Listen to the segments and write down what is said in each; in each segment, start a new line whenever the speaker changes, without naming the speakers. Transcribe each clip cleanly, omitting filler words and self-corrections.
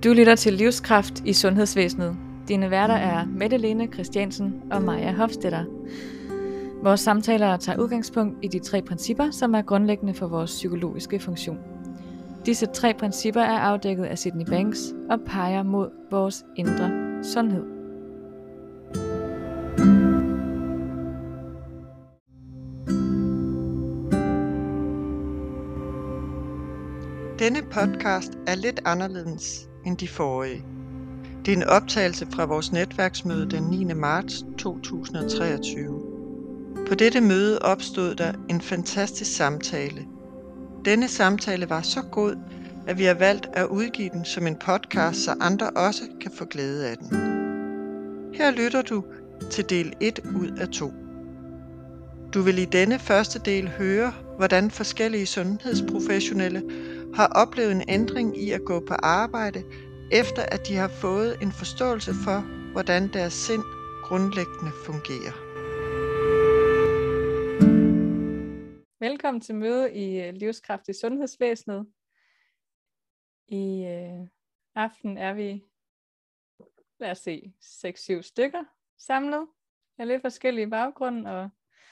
Du lytter til Livskraft i sundhedsvæsenet. Dine værter er Mette Lene Christiansen og Maja Hofstetter. Vores samtaler tager udgangspunkt i de 3 principper, som er grundlæggende for vores psykologiske funktion. Disse 3 principper er afdækket af Sydney Banks og peger mod vores indre sundhed.
Denne podcast er lidt anderledes end de forrige. Det er en optagelse fra vores netværksmøde den 9. marts 2023. På dette møde opstod der en fantastisk samtale. Denne samtale var så god, at vi har valgt at udgive den som en podcast, så andre også kan få glæde af den. Her lytter du til del 1 ud af 2. Du vil i denne første del høre, hvordan forskellige sundhedsprofessionelle har oplevet en ændring i at gå på arbejde, efter at de har fået en forståelse for, hvordan deres sind grundlæggende fungerer.
Velkommen til møde i Livskraft i sundhedsvæsenet. I aften er vi, lad os se, 6-7 stykker samlet af lidt forskellige baggrunde, og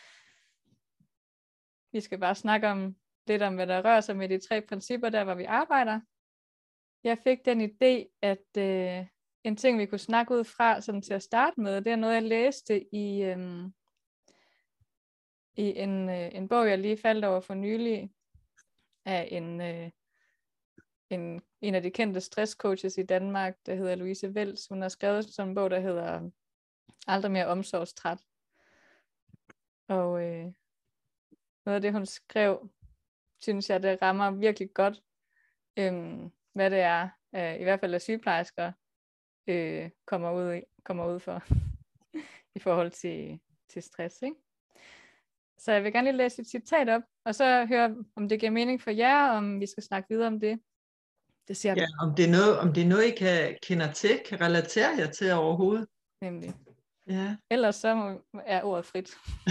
vi skal bare snakke lidt om, hvad der rører sig med de 3 principper, der hvor vi arbejder. Jeg fik den idé, at en ting, vi kunne snakke ud fra sådan til at starte med, det er noget, jeg læste i en bog, jeg lige faldt over for nylig, af en af de kendte stresscoaches i Danmark, der hedder Louise Wells. Hun har skrevet sådan en bog, der hedder Aldrig mere omsorgstræt. Og noget af det, hun skrev, synes jeg, det rammer virkelig godt, hvad det er, i hvert fald af sygeplejersker, kommer ud for i forhold til stress, ikke? Så jeg vil gerne lige læse et citat op, og så høre, om det giver mening for jer, om vi skal snakke videre om det. Det siger
Ja, om det er noget, I kender til, kan relatere jer til overhovedet.
Nemlig.
Ja.
Ellers så er ordet frit.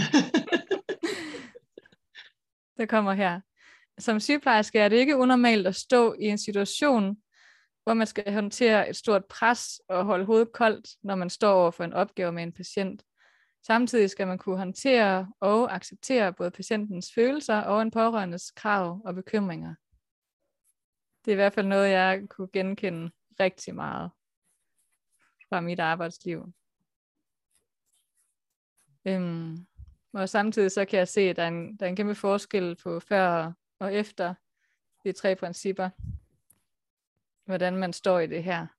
Det kommer her. Som sygeplejerske er det ikke unormalt at stå i en situation, hvor man skal håndtere et stort pres og holde hovedet koldt, når man står over for en opgave med en patient. Samtidig skal man kunne håndtere og acceptere både patientens følelser og en pårørendes krav og bekymringer. Det er i hvert fald noget, jeg kunne genkende rigtig meget fra mit arbejdsliv. Og samtidig så kan jeg se, at der er en kæmpe forskel på før og efter de 3 principper. Hvordan man står i det her.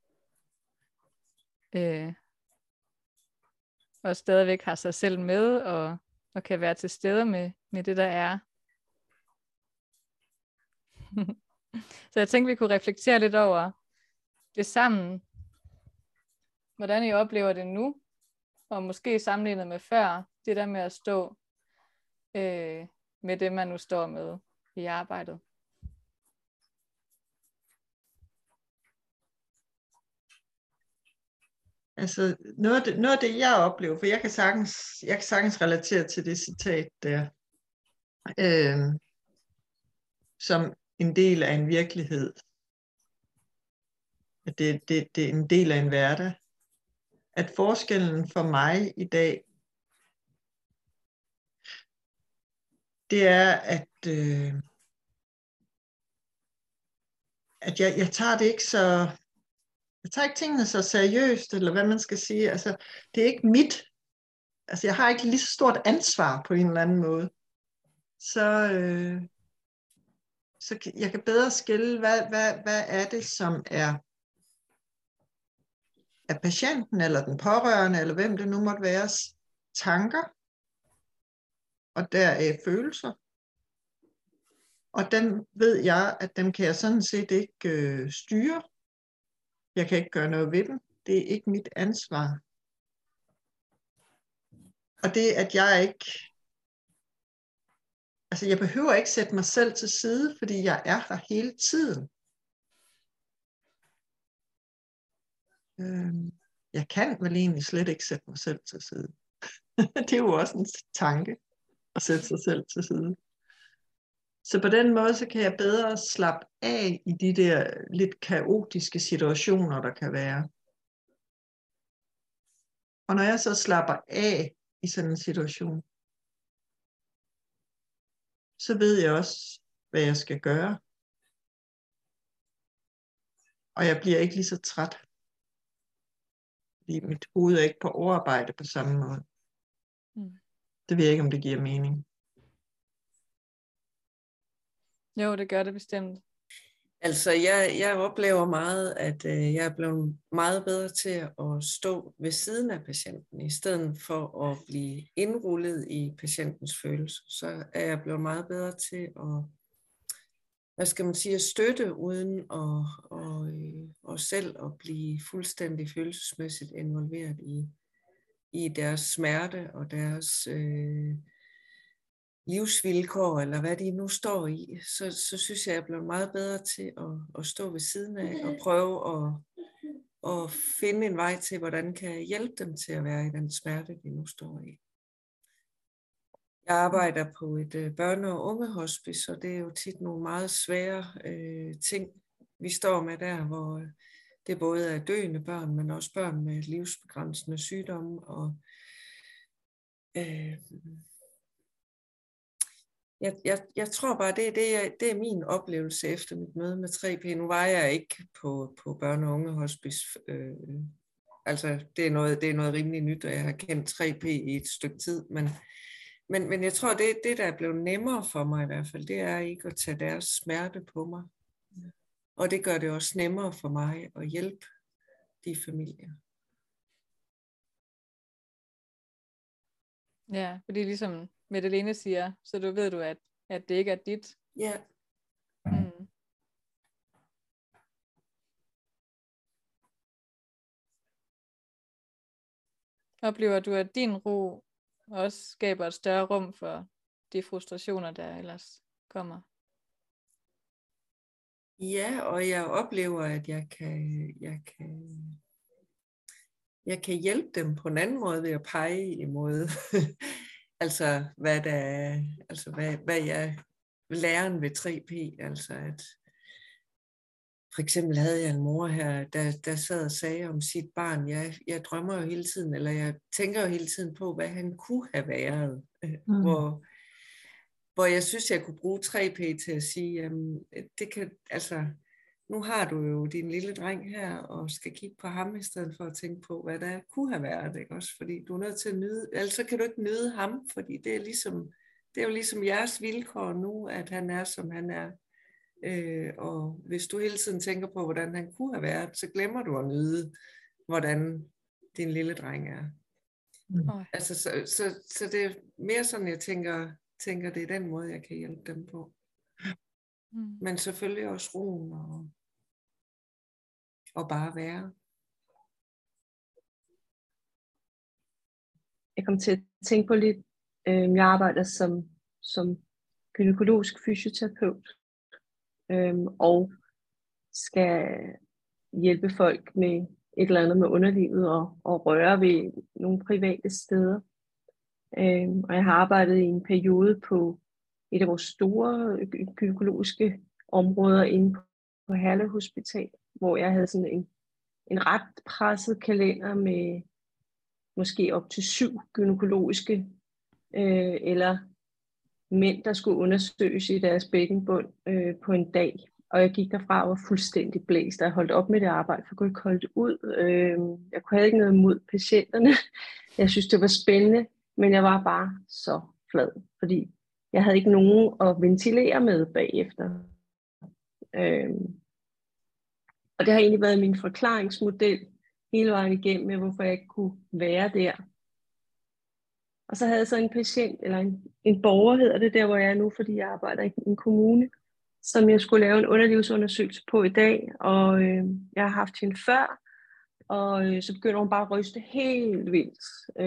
Og stadigvæk har sig selv med, og kan være til stede med det, der er. Så jeg tænkte, vi kunne reflektere lidt over det sammen. Hvordan I oplever det nu, og måske sammenlignet med før, det der med at stå med det, man nu står med i arbejdet.
Altså noget af det, jeg oplever, for jeg kan sagtens relatere til det citat der, som en del af en virkelighed. At det er en del af en hverdag. At forskellen for mig i dag, det er, at jeg tager det ikke så... Jeg tager ikke tingene så seriøst, eller hvad man skal sige. Altså, det er ikke mit. Altså, jeg har ikke lige så stort ansvar på en eller anden måde. Så jeg kan bedre skille, hvad er det, som er patienten, eller den pårørende, eller hvem det nu måtte være, tanker, og deraf følelser. Og dem ved jeg, at dem kan jeg sådan set ikke styre. Jeg kan ikke gøre noget ved dem. Det er ikke mit ansvar. Og det, at jeg ikke... Altså, jeg behøver ikke sætte mig selv til side, fordi jeg er der hele tiden. Jeg kan vel egentlig slet ikke sætte mig selv til side. Det er jo også en tanke, at sætte sig selv til side. Så på den måde, så kan jeg bedre slappe af i de der lidt kaotiske situationer, der kan være. Og når jeg så slapper af i sådan en situation, så ved jeg også, hvad jeg skal gøre. Og jeg bliver ikke lige så træt. Fordi mit hoved er ikke på overarbejde på samme måde. Det ved jeg ikke, om det giver mening.
Jo, det gør det bestemt.
Altså, jeg oplever meget, at jeg er blevet meget bedre til at stå ved siden af patienten, i stedet for at blive indrullet i patientens følelser. Så er jeg blevet meget bedre til at, hvad skal man sige, at støtte, uden at selv at blive fuldstændig følelsesmæssigt involveret i deres smerte og deres livsvilkår, eller hvad de nu står i, så synes jeg blevet meget bedre til at stå ved siden af og prøve at finde en vej til, hvordan kan jeg hjælpe dem til at være i den smerte, de nu står i. Jeg arbejder på et børne- og ungehospice, og det er jo tit nogle meget svære ting, vi står med der, hvor det både er døende børn, men også børn med livsbegrænsende sygdomme, og jeg tror bare, det er min oplevelse efter mit møde med 3P. Nu var jeg ikke på børne- og ungehospice. Altså, det er noget rimelig nyt, og jeg har kendt 3P i et stykke tid. Men jeg tror, det der er blevet nemmere for mig i hvert fald, det er ikke at tage deres smerte på mig. Og det gør det også nemmere for mig at hjælpe de familier.
Ja, fordi ligesom Madeleine siger, så ved du, at det ikke er dit.
Ja.
Mm. Oplever du, at din ro også skaber et større rum for de frustrationer, der ellers kommer?
Ja, og jeg oplever, at jeg kan hjælpe dem på en anden måde ved at pege imod, altså hvad jeg læren ved 3P, altså at for eksempel havde jeg en mor her, der sad og sagde om sit barn, jeg drømmer jo hele tiden, eller jeg tænker jo hele tiden på, hvad han kunne have været, hvor jeg synes, jeg kunne bruge 3P til at sige, jamen, det kan, altså, nu har du jo din lille dreng her, og skal kigge på ham, i stedet for at tænke på, hvad der kunne have været, ikke også? Fordi du er nødt til at nyde, ellers så kan du ikke nyde ham, fordi det er jo ligesom jeres vilkår nu, at han er, som han er. Og hvis du hele tiden tænker på, hvordan han kunne have været, så glemmer du at nyde, hvordan din lille dreng er. Altså, så det er mere sådan, jeg tænker, det er den måde, jeg kan hjælpe dem på. Men selvfølgelig også roen og bare være.
Jeg kom til at tænke på lidt, jeg arbejder som gynækologisk fysioterapeut, og skal hjælpe folk med et eller andet med underlivet og røre ved nogle private steder. Og jeg har arbejdet i en periode på et af vores store gynækologiske områder inde på Herlev Hospital, hvor jeg havde sådan en ret presset kalender med måske op til 7 gynækologiske eller mænd, der skulle undersøges i deres bækkenbund på en dag. Og jeg gik derfra og var fuldstændig blæst, og jeg holdt op med det arbejde, for jeg kunne ikke holde det ud. Jeg havde ikke noget imod patienterne. Jeg synes, det var spændende, men jeg var bare så flad, fordi jeg havde ikke nogen at ventilere med bagefter. Og det har egentlig været min forklaringsmodel hele vejen igennem med, hvorfor jeg ikke kunne være der. Og så havde jeg så en patient, eller en borger hedder det der, hvor jeg er nu, fordi jeg arbejder i en kommune, som jeg skulle lave en underlivsundersøgelse på i dag. Og jeg har haft hende før, og så begynder hun bare at ryste helt vildt.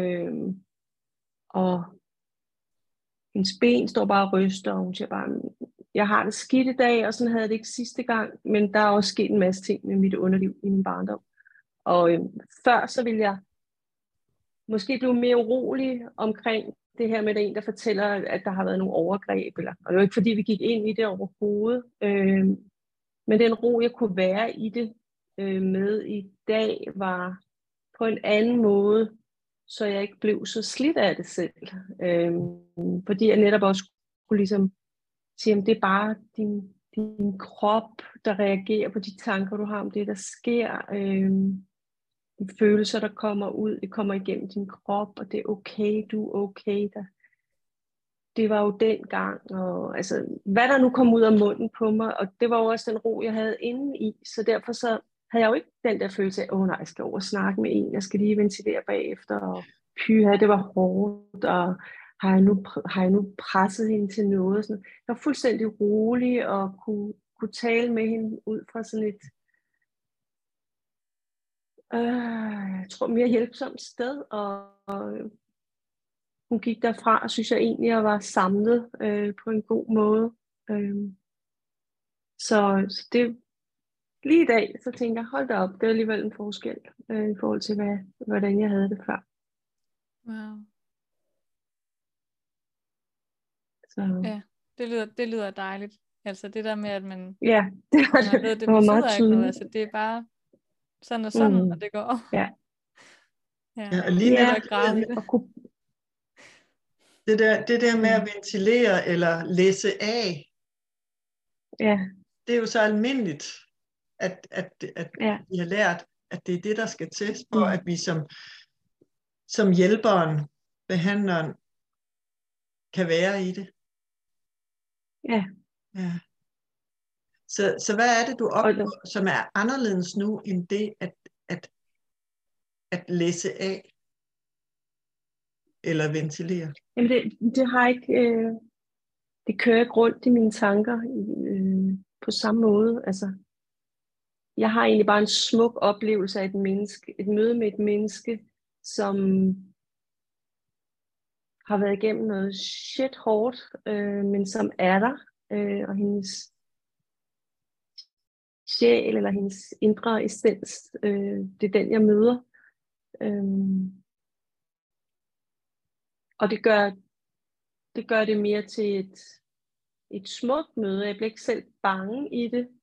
Og hendes ben står bare og ryster, og hun siger bare, jeg har det skidt i dag, og sådan havde jeg det ikke sidste gang, men der er også sket en masse ting med mit underliv i min barndom. Og før så ville jeg måske blive mere urolig omkring det her med, at der er en, der fortæller, at der har været nogle overgreb, og det var ikke fordi, vi gik ind i det overhovedet, men den ro, jeg kunne være i det med i dag, var på en anden måde, så jeg ikke blev så slidt af det selv. Fordi jeg netop også kunne ligesom sige, at det er bare din krop, der reagerer på de tanker, du har om det, der sker. De følelser, der kommer ud, det kommer igennem din krop, og det er okay, du er okay. Det var jo dengang, og altså, hvad der nu kom ud af munden på mig, og det var jo også den ro, jeg havde inde i, så derfor så havde jeg jo ikke den der følelse af, nej, jeg skal over og snakke med en, jeg skal lige ventilere bagefter, og pyha, det var hårdt, og har jeg nu presset hende til noget? Sådan. Jeg var fuldstændig rolig, og kunne tale med hende ud fra sådan et, jeg tror mere hjælpsomt sted, og hun gik derfra, og synes jeg egentlig, jeg var samlet på en god måde. Så det, lige i dag, så tænker jeg, hold da op, det er alligevel en forskel i forhold til, hvordan jeg havde det før.
Wow.
Så.
Ja, det lyder dejligt. Altså det der med, at man,
Ja, det var,
man ved, det
var meget
betyder ikke noget. Altså det er bare sådan og sådan, og det går over.
Ja.
Ja, og lige netop det der med at ventilere eller læse af, det er jo så almindeligt, at vi har lært, at det er det, der skal til, for at vi som hjælperen, behandleren, kan være i det.
Ja.
Så hvad er det, du oplever, som er anderledes nu, end det at læse af eller ventilere?
Jamen det har ikke, det kører ikke rundt i mine tanker på samme måde. Altså, jeg har egentlig bare en smuk oplevelse af et møde med et menneske, som har været igennem noget shit hårdt, men som er der, og hendes sjæl eller hendes indre essens, det er den, jeg møder. Og det gør det mere til et smukt møde. Jeg bliver ikke selv bange i det.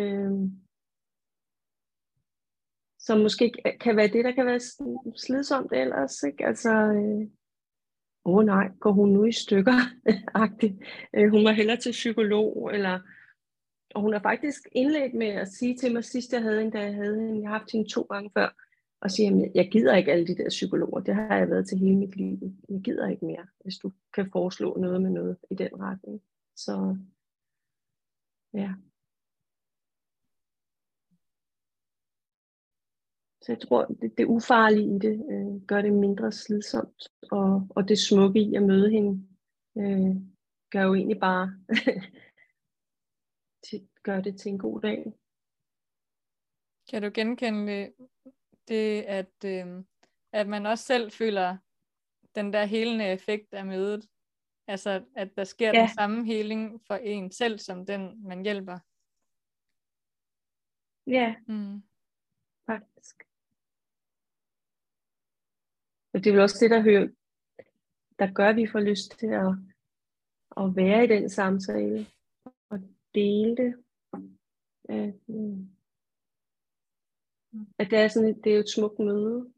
Som måske kan være det, der kan være slidsomt ellers. Ikke? Altså, nej, går hun nu i stykker? Hun var hellere til psykolog. Og hun har faktisk indledt med at sige til mig sidst, jeg havde hende, jeg har haft hende 2 gange før, og sige, at jeg gider ikke alle de der psykologer. Det har jeg været til hele mit liv. Jeg gider ikke mere, hvis du kan foreslå noget med noget i den retning. Så ja. Så jeg tror, det ufarlige i det gør det mindre slidsomt. Og det smukke i at møde hende gør jo egentlig bare gør det til en god dag.
Kan du genkende det, at man også selv føler den der helende effekt af mødet? Altså, at der sker den samme heling for en selv, som den, man hjælper?
Ja, faktisk. Og det er vel også det, der gør, at vi får lyst til at være i den samtale og dele det. At det er sådan, det er jo et smukt møde,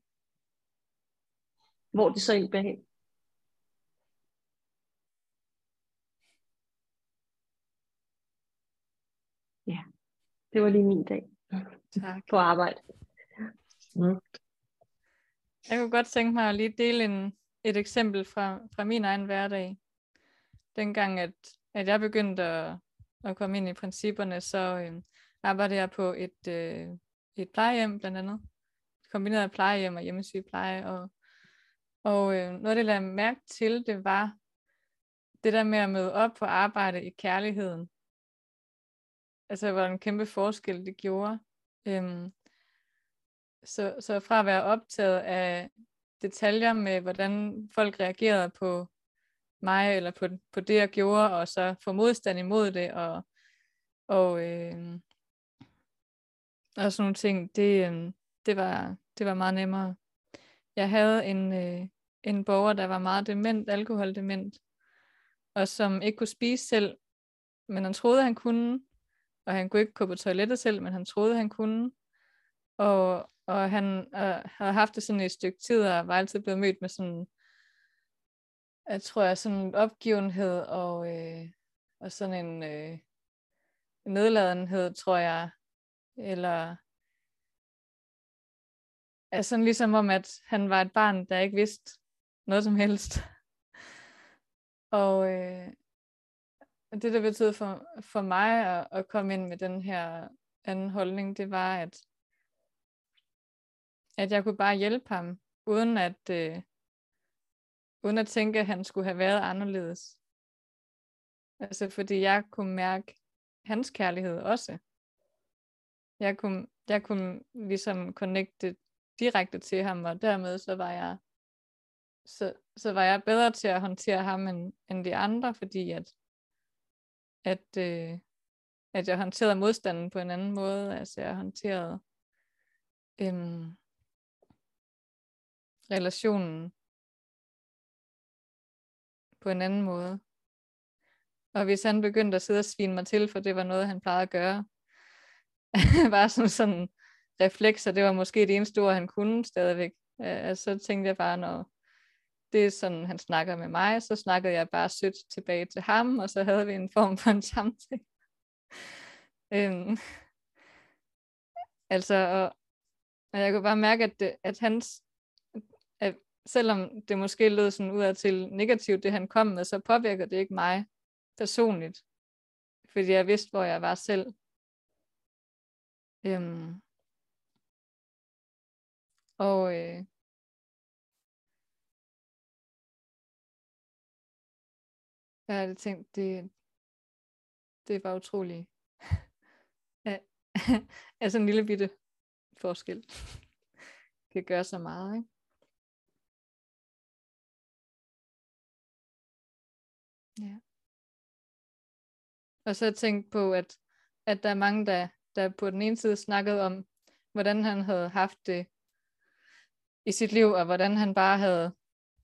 hvor det så egentlig bliver hen. Ja, det var lige min dag.
Tak.
På arbejde.
Smukt.
Jeg kunne godt tænke mig at lige dele et eksempel fra min egen hverdag. Dengang, at jeg begyndte at komme ind i principperne, så arbejdede jeg på et plejehjem blandt andet. Kombineret plejehjem og hjemmesygepleje. Og noget af det, jeg lagde mærke til, det var det der med at møde op på arbejde i kærligheden. Altså, hvor en kæmpe forskel det gjorde. Så fra at være optaget af detaljer med, hvordan folk reagerede på mig, eller på det, jeg gjorde, og så få modstand imod det, og sådan nogle ting, det var meget nemmere. Jeg havde en borger, der var meget dement, alkoholdement, og som ikke kunne spise selv, men han troede, han kunne, og han kunne ikke gå på toilettet selv, men han troede, han kunne. Og han havde haft det sådan et stykke tid, og var altid blevet mødt med sådan, jeg tror, sådan opgivenhed og sådan en nedladenhed, tror jeg, eller altså sådan ligesom om, at han var et barn, der ikke vidste noget som helst. Og det, der betød for mig at komme ind med den her anden holdning, det var, at jeg kunne bare hjælpe ham, uden at tænke, at han skulle have været anderledes. Altså fordi jeg kunne mærke hans kærlighed også. Jeg kunne ligesom connecte direkte til ham, og dermed så var jeg bedre til at håndtere ham end de andre, fordi at jeg håndterede modstanden på en anden måde. Altså jeg håndterede relationen på en anden måde. Og hvis han begyndte at sidde og svine mig til, for det var noget, han plejede at gøre, bare som sådan reflekser, det var måske det eneste ord, han kunne stadigvæk. Så tænkte jeg bare, når det er sådan, han snakker med mig, så snakkede jeg bare sødt tilbage til ham, og så havde vi en form for en samtale. Altså, og jeg kunne bare mærke, at selvom det måske lød sådan udadtil negativt, det han kom med, så påvirker det ikke mig personligt. Fordi jeg vidste, hvor jeg var selv. Jeg havde tænkt, det var utroligt. Altså en lille bitte forskel. Kan gøre så meget, ikke? Ja. Og så tænkte på, at der er mange, der på den ene side snakkede om, hvordan han havde haft det i sit liv, og hvordan han bare havde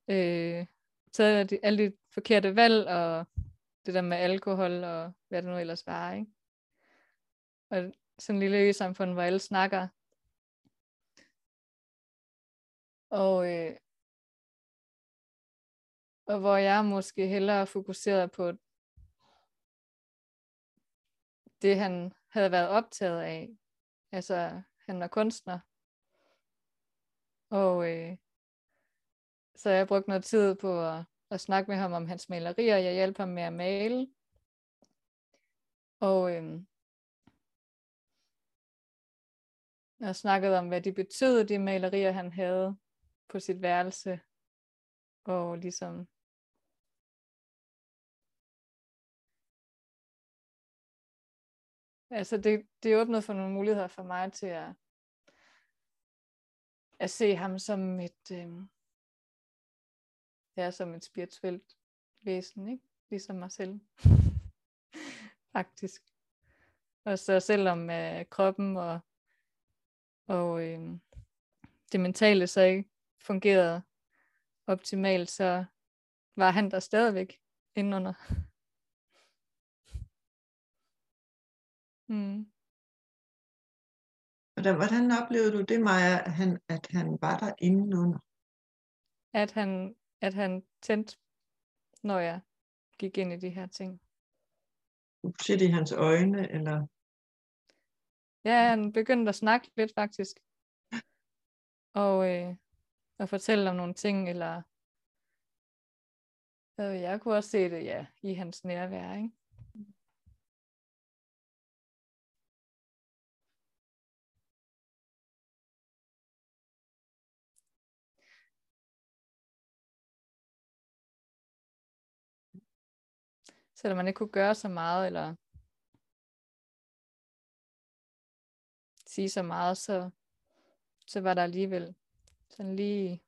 taget alle de forkerte valg, og det der med alkohol, og hvad det nu ellers var, ikke? Og sådan en lille ø-samfund, hvor alle snakker. Og hvor jeg måske hellere fokuseret på det, han havde været optaget af. Altså, han var kunstner. Og så jeg brugte noget tid på at snakke med ham om hans malerier. Jeg hjalp ham med at male. Og jeg snakkede om, hvad de betød, de malerier, han havde på sit værelse. Og ligesom altså det åbnede for nogle muligheder for mig til at se ham som som et spirituelt væsen, ikke? Ligesom mig selv. Faktisk. Og så selvom kroppen og det mentale så ikke fungerede optimalt, så var han der stadigvæk indenunder.
Hvordan oplevede du det, Maja, at han var der indenunder?
At han tændte, når jeg gik ind i de her ting.
Du kunne se det i hans øjne, eller?
Ja, han begyndte at snakke lidt faktisk. Og fortælle om nogle ting, eller jeg kunne også se det, ja, i hans nærvær, ikke? Selvom man ikke kunne gøre så meget, eller sige så meget, så var der alligevel sådan lige,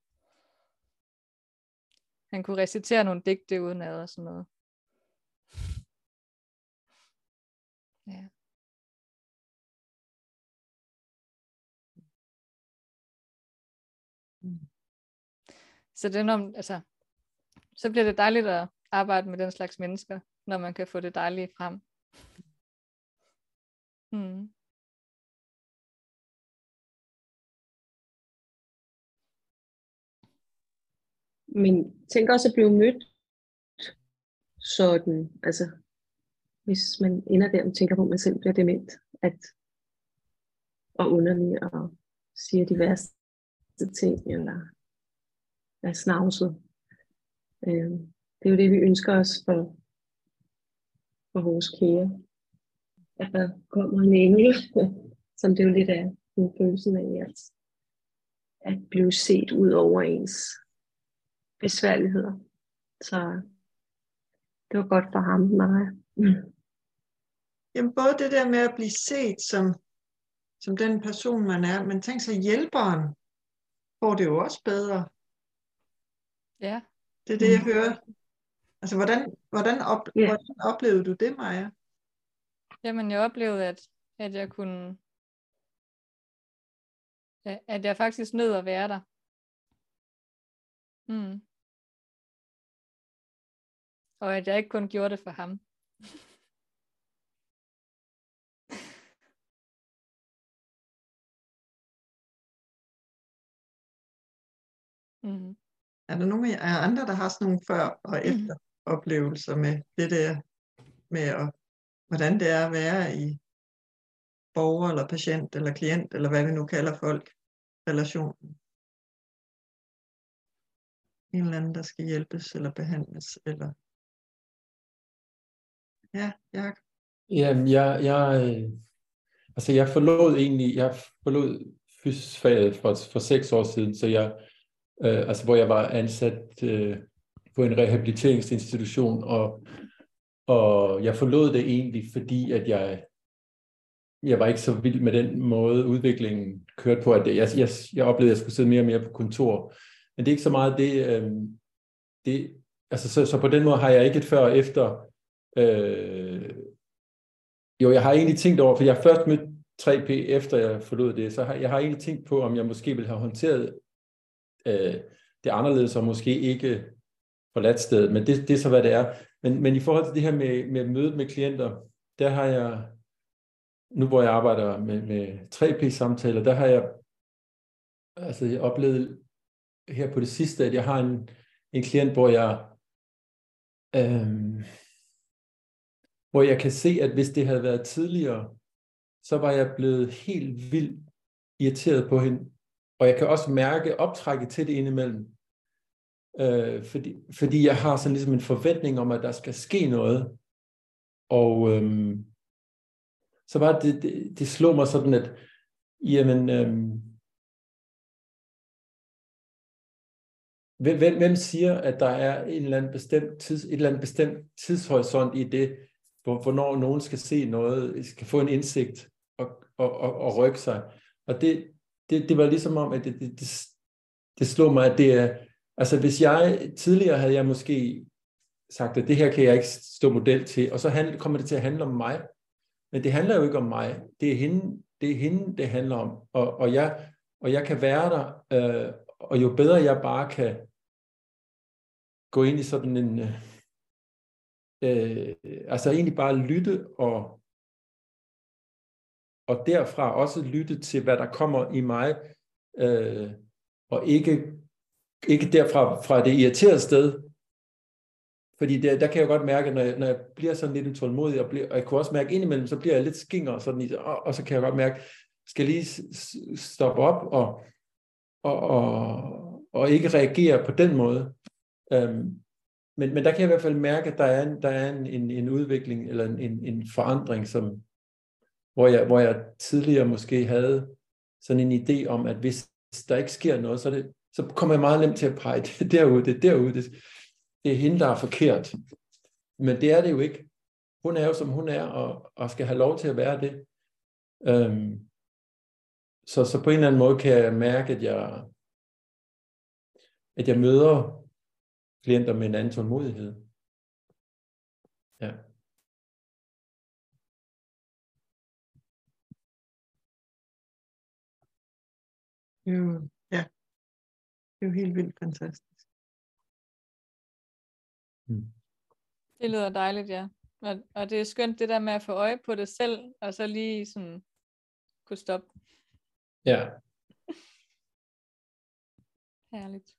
han kunne recitere nogle digte udenad og sådan noget. Ja. Så det er enormt, altså, så bliver det dejligt at arbejde med den slags mennesker, når man kan få det dejlige frem. Mm.
Men tænk også at blive mødt sådan, altså hvis man ender der og tænker på, at man selv bliver dement, og underlig og siger de værste ting, eller er snavset. Det er jo det, vi ønsker os for vores kære. At der kommer en engel, som det jo lidt er en følelse af, at blive set ud over ens besværligheder. Så det var godt for ham, Maja.
Jamen både det der med at blive set som den person, man er, men tænk sig hjælperen, får det jo også bedre.
Ja.
Det er det, jeg hører. Altså, hvordan oplevede du det, Maja?
Jamen, jeg oplevede, at jeg kunne, at jeg faktisk nød at være der. Mm. Og at jeg ikke kun gjorde det for ham. Mm.
Er der nogen af jer andre, der har sådan nogle før og efter oplevelser med det der, med hvordan det er at være i borger eller patient eller klient, eller hvad vi nu kalder folk, relationen? En eller anden, der skal hjælpes eller behandles, eller... Ja, Jakob.
Jamen, jeg forlod fysiosfaget for 6 år siden, så hvor jeg var ansat på en rehabiliteringsinstitution, og jeg forlod det egentlig, fordi at jeg var ikke så vild med den måde, udviklingen kørte på, at jeg oplevede, at jeg skulle sidde mere og mere på kontor. Men det er ikke så meget det så på den måde har jeg ikke et før og efter. Jeg har egentlig tænkt over, for jeg først mødte 3P, efter jeg forlod det, så jeg har egentlig tænkt på, om jeg måske ville have håndteret det anderledes, og måske ikke forladt stedet, men det er så, hvad det er. Men i forhold til det her med mødet med klienter, der har jeg, nu hvor jeg arbejder med 3P-samtaler, der har jeg oplevet her på det sidste, at jeg har en klient, hvor jeg kan se, at hvis det havde været tidligere, så var jeg blevet helt vildt irriteret på hende. Og jeg kan også mærke optrækket til det indimellem. Fordi jeg har sådan ligesom en forventning om, at der skal ske noget. Og så var det slog mig sådan, at jamen, hvem siger, at der er et eller andet bestemt tidshorisont i det, hvornår nogen skal se noget, skal få en indsigt og rykke sig. Og det var ligesom om, at det slog mig, at det er, altså hvis jeg tidligere havde jeg måske sagt, at det her kan jeg ikke stå model til, og så kommer det til at handle om mig. Men det handler jo ikke om mig. Det er hende, det handler om. Og jeg kan være der, og jo bedre jeg bare kan gå ind i sådan en, egentlig bare lytte, og derfra også lytte til, hvad der kommer i mig, og ikke derfra fra det irriterede sted. Fordi der kan jeg godt mærke, når jeg bliver sådan lidt utålmodig, og jeg kunne også mærke indimellem, så bliver jeg lidt skinger, sådan, og så kan jeg godt mærke, skal jeg lige stoppe op, og ikke reagere på den måde. Men der kan jeg i hvert fald mærke, at der er en udvikling, eller en forandring, hvor jeg tidligere måske havde sådan en idé om, at hvis der ikke sker noget, så kommer jeg meget nemt til at pege det derude. Det er hende, der er forkert. Men det er det jo ikke. Hun er jo, som hun er, og skal have lov til at være det. Så på en eller anden måde kan jeg mærke, at jeg møder klienter med en anden tålmodighed. Ja.
Ja, det er jo helt vildt fantastisk.
Det lyder dejligt, ja. Og det er skønt det der med at få øje på det selv, og så lige sådan kunne stoppe.
Ja.
Herligt.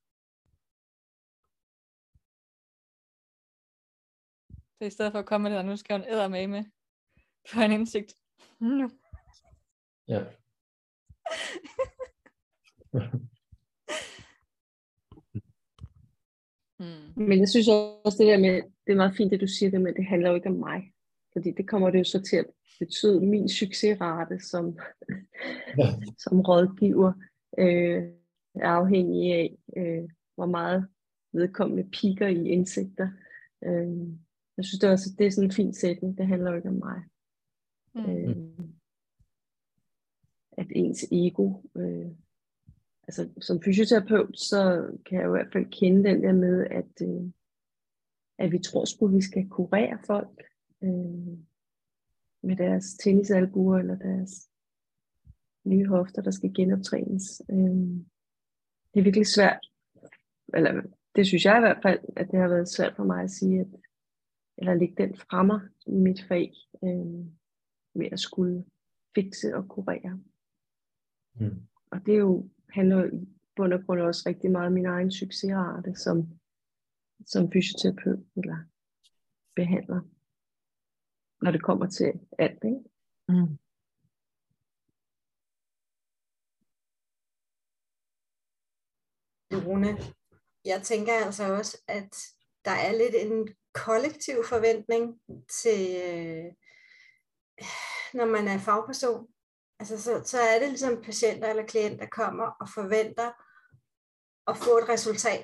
Så i stedet for at komme med det, nu skal hun eddermame på en indsigt.
Ja.
Men jeg synes også det der med, det er meget fint det du siger det med, det handler jo ikke om mig. Fordi det kommer det jo så til at betyde min succesrate som rådgiver er afhængig af, hvor meget vedkommende piker i indsigter. Jeg synes det er også, det er sådan en fin sætning, det handler jo ikke om mig. At ens ego, altså som fysioterapeut, så kan jeg jo i hvert fald kende den der med, at vi tror sgu, vi skal kurere folk med deres tennisalbuer eller deres nye hofter, der skal genoptrænes. Det er virkelig svært, eller det synes jeg i hvert fald, at det har været svært for mig at sige, eller lægge den fra mig i mit fag, med at skulle fikse og kurere. Og det er jo, handler jo i bund og grund også rigtig meget om min egen succesrate som fysioterapeut eller behandler, når det kommer til alt, ikke?
Lone, jeg tænker altså også, at der er lidt en kollektiv forventning til, når man er fagperson. Altså så er det ligesom patienter eller klienter, der kommer og forventer at få et resultat.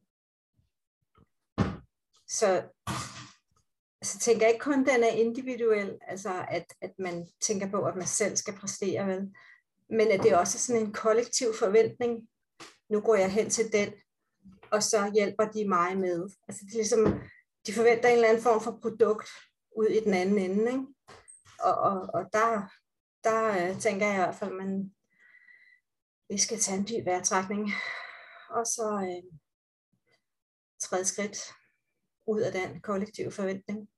Så tænker jeg ikke kun, den er individuel, altså at man tænker på, at man selv skal præstere, vel? Men at det også er sådan en kollektiv forventning. Nu går jeg hen til den, og så hjælper de mig med. Altså det er ligesom, de forventer en eller anden form for produkt ud i den anden ende, ikke? Og der tænker jeg i hvert fald, at vi skal tage en dyb vejrtrækning, og så træde skridt ud af den kollektive forventning.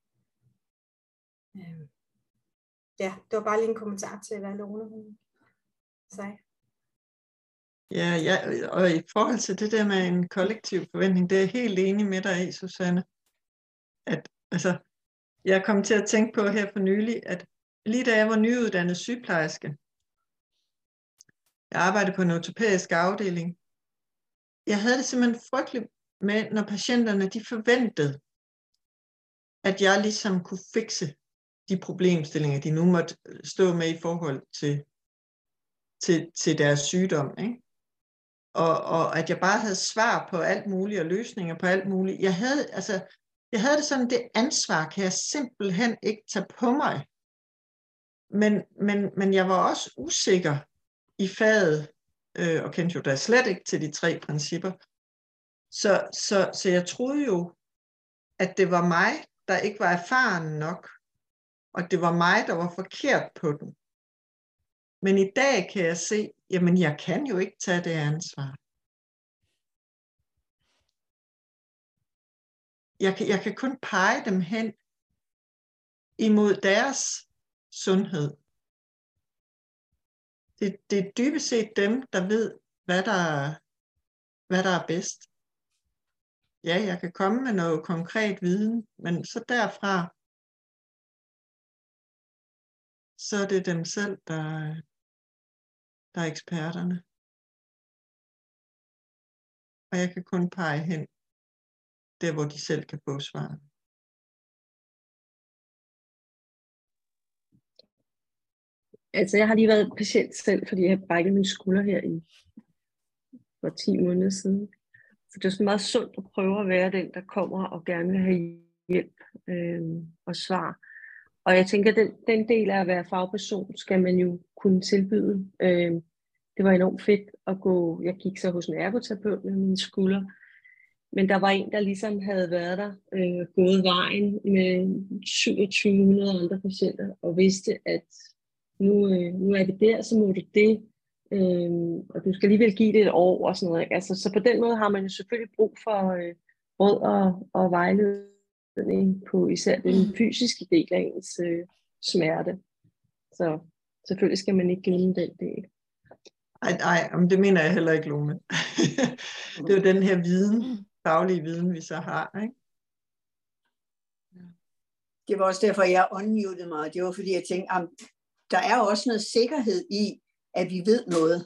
Ja, det var bare lige en kommentar til, hvad Lone sagde.
Ja, og i forhold til det der med en kollektiv forventning, det er jeg helt enig med dig i, Susanne. At, altså, jeg kom til at tænke på her for nylig, at lige da jeg var nyuddannet sygeplejerske, jeg arbejdede på en ortopædisk afdeling, jeg havde det simpelthen frygteligt med, når patienterne de forventede, at jeg ligesom kunne fikse de problemstillinger, de nu måtte stå med i forhold til deres sygdom, ikke? Og at jeg bare havde svar på alt muligt og løsninger på alt muligt. Jeg havde det sådan, det ansvar kan jeg simpelthen ikke tage på mig. Men jeg var også usikker i faget, og kendte jo da slet ikke til de 3 principper. Så jeg troede jo, at det var mig, der ikke var erfaren nok, og det var mig, der var forkert på den. Men i dag kan jeg se, jamen jeg kan jo ikke tage det ansvar. Jeg kan kun pege dem hen imod deres sundhed. Det er dybest set dem, der ved, hvad der er bedst. Ja, jeg kan komme med noget konkret viden, men så derfra, så er det dem selv, der er eksperterne. Og jeg kan kun pege hen der, hvor de selv kan få svaret.
Altså, jeg har lige været patient selv, fordi jeg har brækket min skulder her for 10 måneder siden. Så det er sådan meget sundt at prøve at være den, der kommer og gerne vil have hjælp og svar. Og jeg tænker, at den del af at være fagperson, skal man jo kunne tilbyde. Det var enormt fedt at gå. Jeg gik så hos en ergoterapeut med mine skuldre. Men der var en, der ligesom havde været der, gået vejen med 2700 andre patienter, og vidste, at nu er vi der, så må du det. Og du skal alligevel give det et år og sådan noget. Altså, så på den måde har man jo selvfølgelig brug for råd og vejledning betydning på især den fysiske del af ens smerte. Så selvfølgelig skal man ikke glemme den del.
Nej, men det mener jeg heller ikke, Lone. Det er jo den her viden, faglige viden, vi så har, ikke?
Det var også derfor, jeg unmutede mig. Det var fordi, jeg tænkte, der er også noget sikkerhed i, at vi ved noget.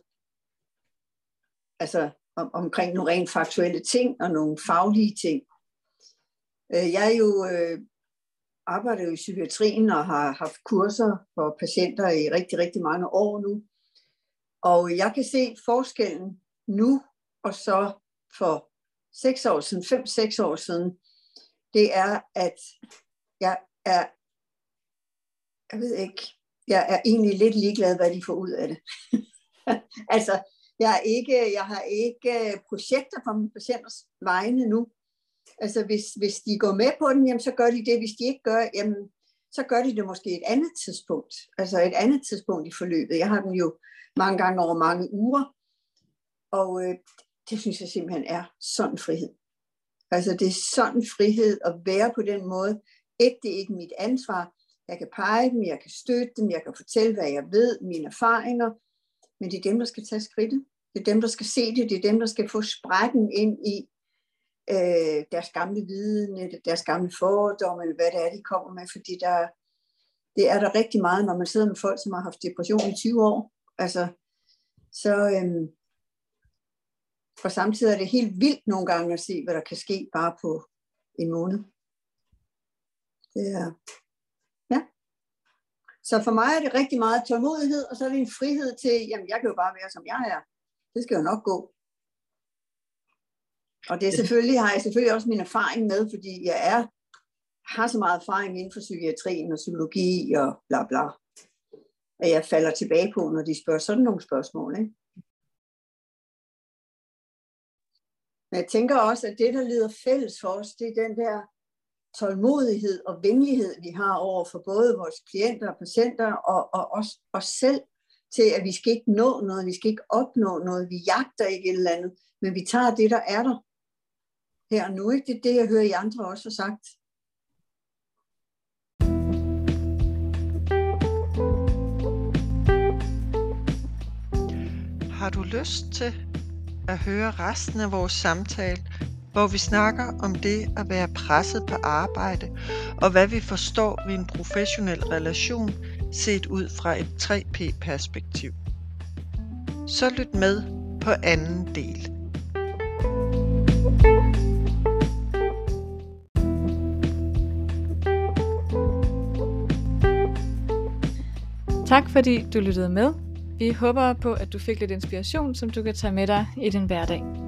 Altså omkring nogle rent faktuelle ting og nogle faglige ting. Jeg arbejder jo i psykiatrien og har haft kurser for patienter i rigtig, rigtig mange år nu. Og jeg kan se forskellen nu og så for 5-6 år siden. Det er, at jeg er egentlig lidt ligeglad, hvad de får ud af det. Altså, jeg har ikke projekter på mine patienters vegne nu. Altså, hvis de går med på den, jamen, så gør de det. Hvis de ikke gør, jamen, så gør de det måske et andet tidspunkt. Altså et andet tidspunkt i forløbet. Jeg har dem jo mange gange over mange uger. Og det synes jeg simpelthen er sådan frihed. Altså, det er sådan frihed at være på den måde. Det er ikke mit ansvar. Jeg kan pege dem, jeg kan støtte dem, jeg kan fortælle, hvad jeg ved, mine erfaringer. Men det er dem, der skal tage skridtet. Det er dem, der skal se det. Det er dem, der skal få sprækken ind i deres gamle viden, deres gamle fordomme, eller hvad det er, de kommer med. Fordi det er der rigtig meget, når man sidder med folk, som har haft depression i 20 år. Altså, og samtidig er det helt vildt nogle gange at se, hvad der kan ske bare på en måned. Det er, ja. Så for mig er det rigtig meget tålmodighed, og så er det en frihed til, jamen jeg kan jo bare være, som jeg er. Det skal jo nok gå. Og det er har jeg selvfølgelig også min erfaring med, fordi jeg har så meget erfaring inden for psykiatrien og psykologi og bla bla, at jeg falder tilbage på, når de spørger sådan nogle spørgsmål, ikke? Men jeg tænker også, at det, der lyder fælles for os, det er den der tålmodighed og venlighed, vi har over for både vores klienter og patienter og os selv, til at vi skal ikke nå noget, vi skal ikke opnå noget, vi jagter ikke et eller andet, men vi tager det, der er der her og nu. Ikke? Det er det, jeg hører I andre også har sagt.
Har du lyst til at høre resten af vores samtale, hvor vi snakker om det at være presset på arbejde, og hvad vi forstår ved en professionel relation set ud fra et 3P-perspektiv? Så lyt med på anden del.
Tak fordi du lyttede med. Vi håber på, at du fik lidt inspiration, som du kan tage med dig i din hverdag.